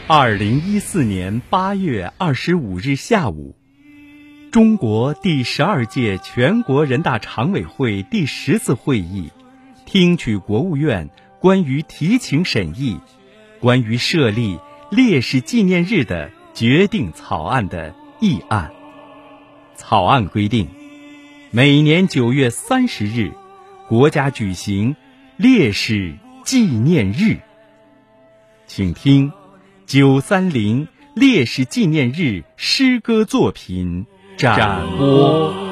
2014年8月25日下午，中国第12届全国人大常委会第10次会议听取国务院关于提请审议关于设立烈士纪念日的决定草案的议案。草案规定，每年9月30日，国家举行烈士纪念日。请听930烈士纪念日诗歌作品展播。